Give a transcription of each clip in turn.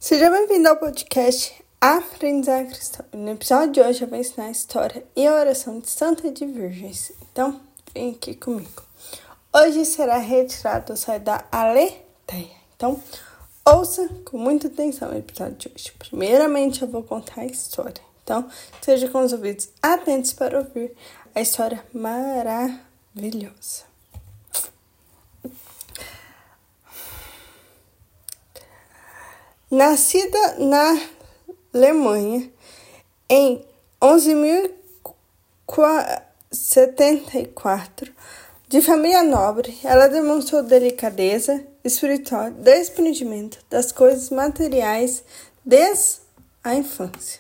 Seja bem-vindo ao podcast Aprendizagem Cristã. No episódio de hoje eu vou ensinar a história e a oração de Santa de Virgens. Então, vem aqui comigo. Hoje será retirado do site da Aletheia. Então, ouça com muita atenção o episódio de hoje. Primeiramente, eu vou contar a história. Então, seja com os ouvidos atentos para ouvir a história maravilhosa. Nascida na Alemanha em 11.074, de família nobre, ela demonstrou delicadeza espiritual, desprendimento das coisas materiais desde a infância.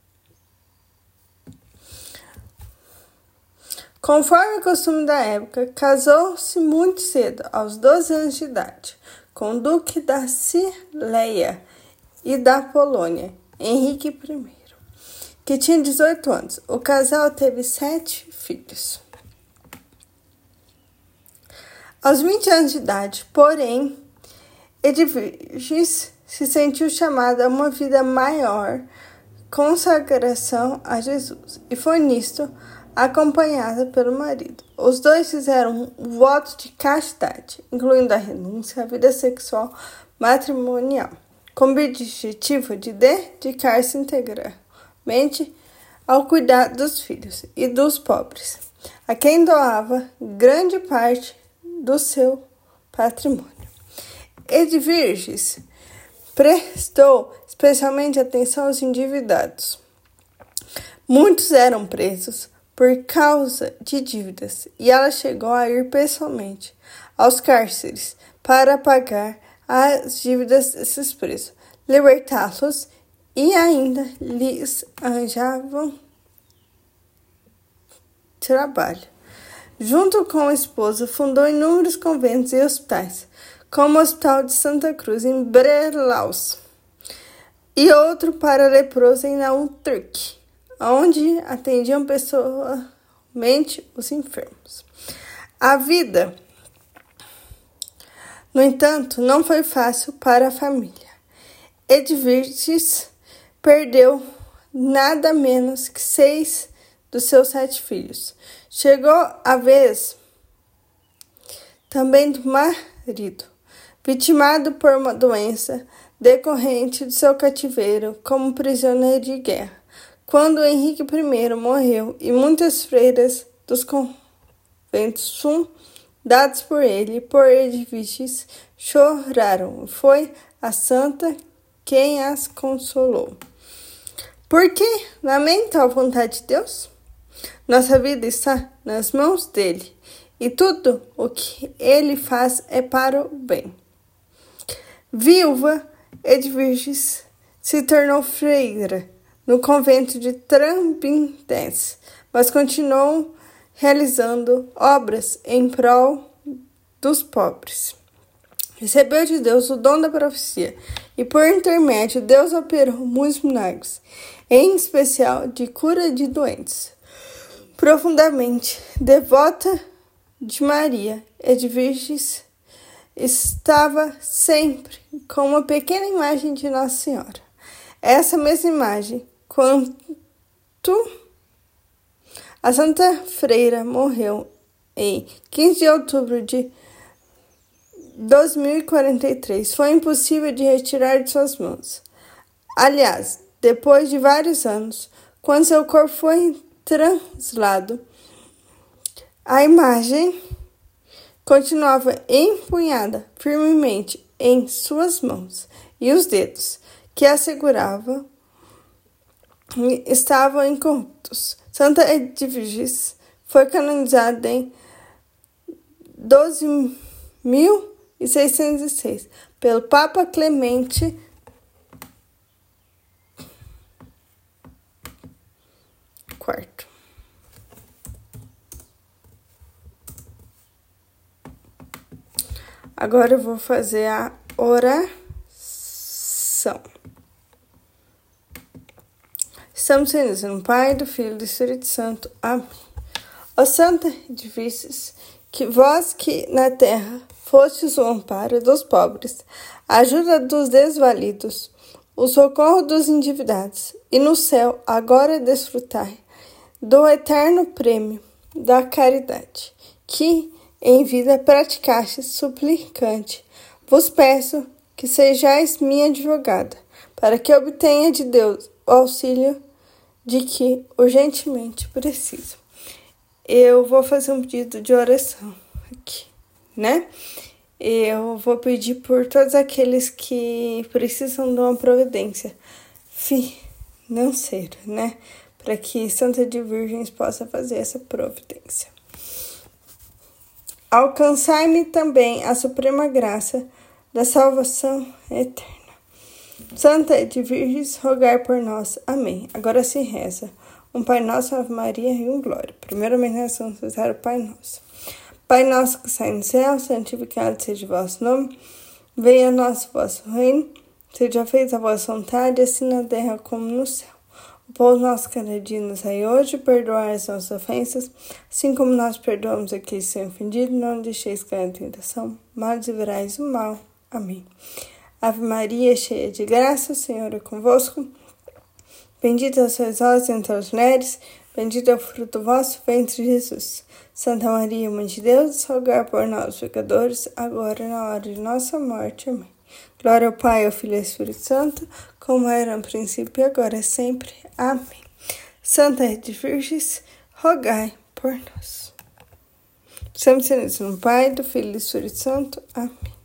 Conforme o costume da época, casou-se muito cedo, aos 12 anos de idade, com o duque da Silesia e da Polônia, Henrique I, que tinha 18 anos. O casal teve 7 filhos. Aos 20 anos de idade, porém, Edviges se sentiu chamada a uma vida maior, consagração a Jesus, e foi nisto acompanhada pelo marido. Os dois fizeram um voto de castidade, incluindo a renúncia à vida sexual matrimonial, com o objetivo de dedicar-se integralmente ao cuidado dos filhos e dos pobres, a quem doava grande parte do seu patrimônio. Edviges prestou especialmente atenção aos endividados. Muitos eram presos por causa de dívidas, e ela chegou a ir pessoalmente aos cárceres para pagar as dívidas desses presos, libertá-los e ainda lhes arranjavam trabalho. Junto com a esposa, fundou inúmeros conventos e hospitais, como o Hospital de Santa Cruz em Breslaus e outro para leprosos em Naumburg, onde atendiam pessoalmente os enfermos. A vida, no entanto, não foi fácil para a família. Edviges perdeu nada menos que 6 dos seus 7 filhos. Chegou a vez também do marido, vitimado por uma doença decorrente do seu cativeiro como prisioneiro de guerra. Quando Henrique I morreu e muitas freiras dos conventos fundados por ele e por Edviges choraram. Foi a santa quem as consolou. Por que lamenta a vontade de Deus? Nossa vida está nas mãos dele e tudo o que ele faz é para o bem. Viúva, Edviges se tornou freira no convento de Trambintense, mas continuou realizando obras em prol dos pobres. Recebeu de Deus o dom da profecia e, por intermédio, Deus operou muitos milagres, em especial de cura de doentes. Profundamente devota de Maria, Edviges estava sempre com uma pequena imagem de Nossa Senhora. Essa mesma imagem, quando a Santa Freira morreu em 15 de outubro de 2043, foi impossível de retirar de suas mãos. Aliás, depois de vários anos, quando seu corpo foi translado, a imagem continuava empunhada firmemente em suas mãos, e os dedos que a seguravam estavam incorruptos. Santa Edviges foi canonizada em 12.606 pelo Papa Clemente IV. Agora eu vou fazer a oração. Estamos reunidos no Pai, do Filho e do Espírito Santo. Amém. Ó Santa Edviges, que vós que na terra fostes o amparo dos pobres, a ajuda dos desvalidos, o socorro dos endividados, e no céu agora desfrutai do eterno prêmio da caridade, que em vida praticaste suplicante. Vos peço que sejais minha advogada, para que obtenha de Deus o auxílio de que urgentemente preciso. Eu vou fazer um pedido de oração aqui, né? Eu vou pedir por todos aqueles que precisam de uma providência financeira, né? Para que Santa de Virgens possa fazer essa providência. Alcançai-me também a suprema graça da salvação eterna. Santa de Virgens, rogai por nós. Amém. Agora se reza um Pai Nosso, Ave Maria e um Glória. Primeiramente, nós rezar o Pai Nosso. Pai nosso que sai no céu, santificado seja o vosso nome. Venha a nós o vosso reino. Seja feita a vossa vontade, assim na terra como no céu. O pão nosso cada dia nos dai hoje, perdoai as nossas ofensas, assim como nós perdoamos aqueles que são ofendidos. Não deixeis cair em tentação, mas livrai-nos do mal. Amém. Ave Maria, cheia de graça, o Senhor é convosco. Bendita sois vós entre as mulheres, bendito é o fruto do vosso ventre, Jesus. Santa Maria, Mãe de Deus, rogai por nós, pecadores, agora e na hora de nossa morte. Amém. Glória ao Pai, ao Filho e ao Espírito Santo, como era no princípio e agora e sempre. Amém. Santa de Virgens, rogai por nós. Sempre no Pai, do Filho e do Espírito Santo. Amém.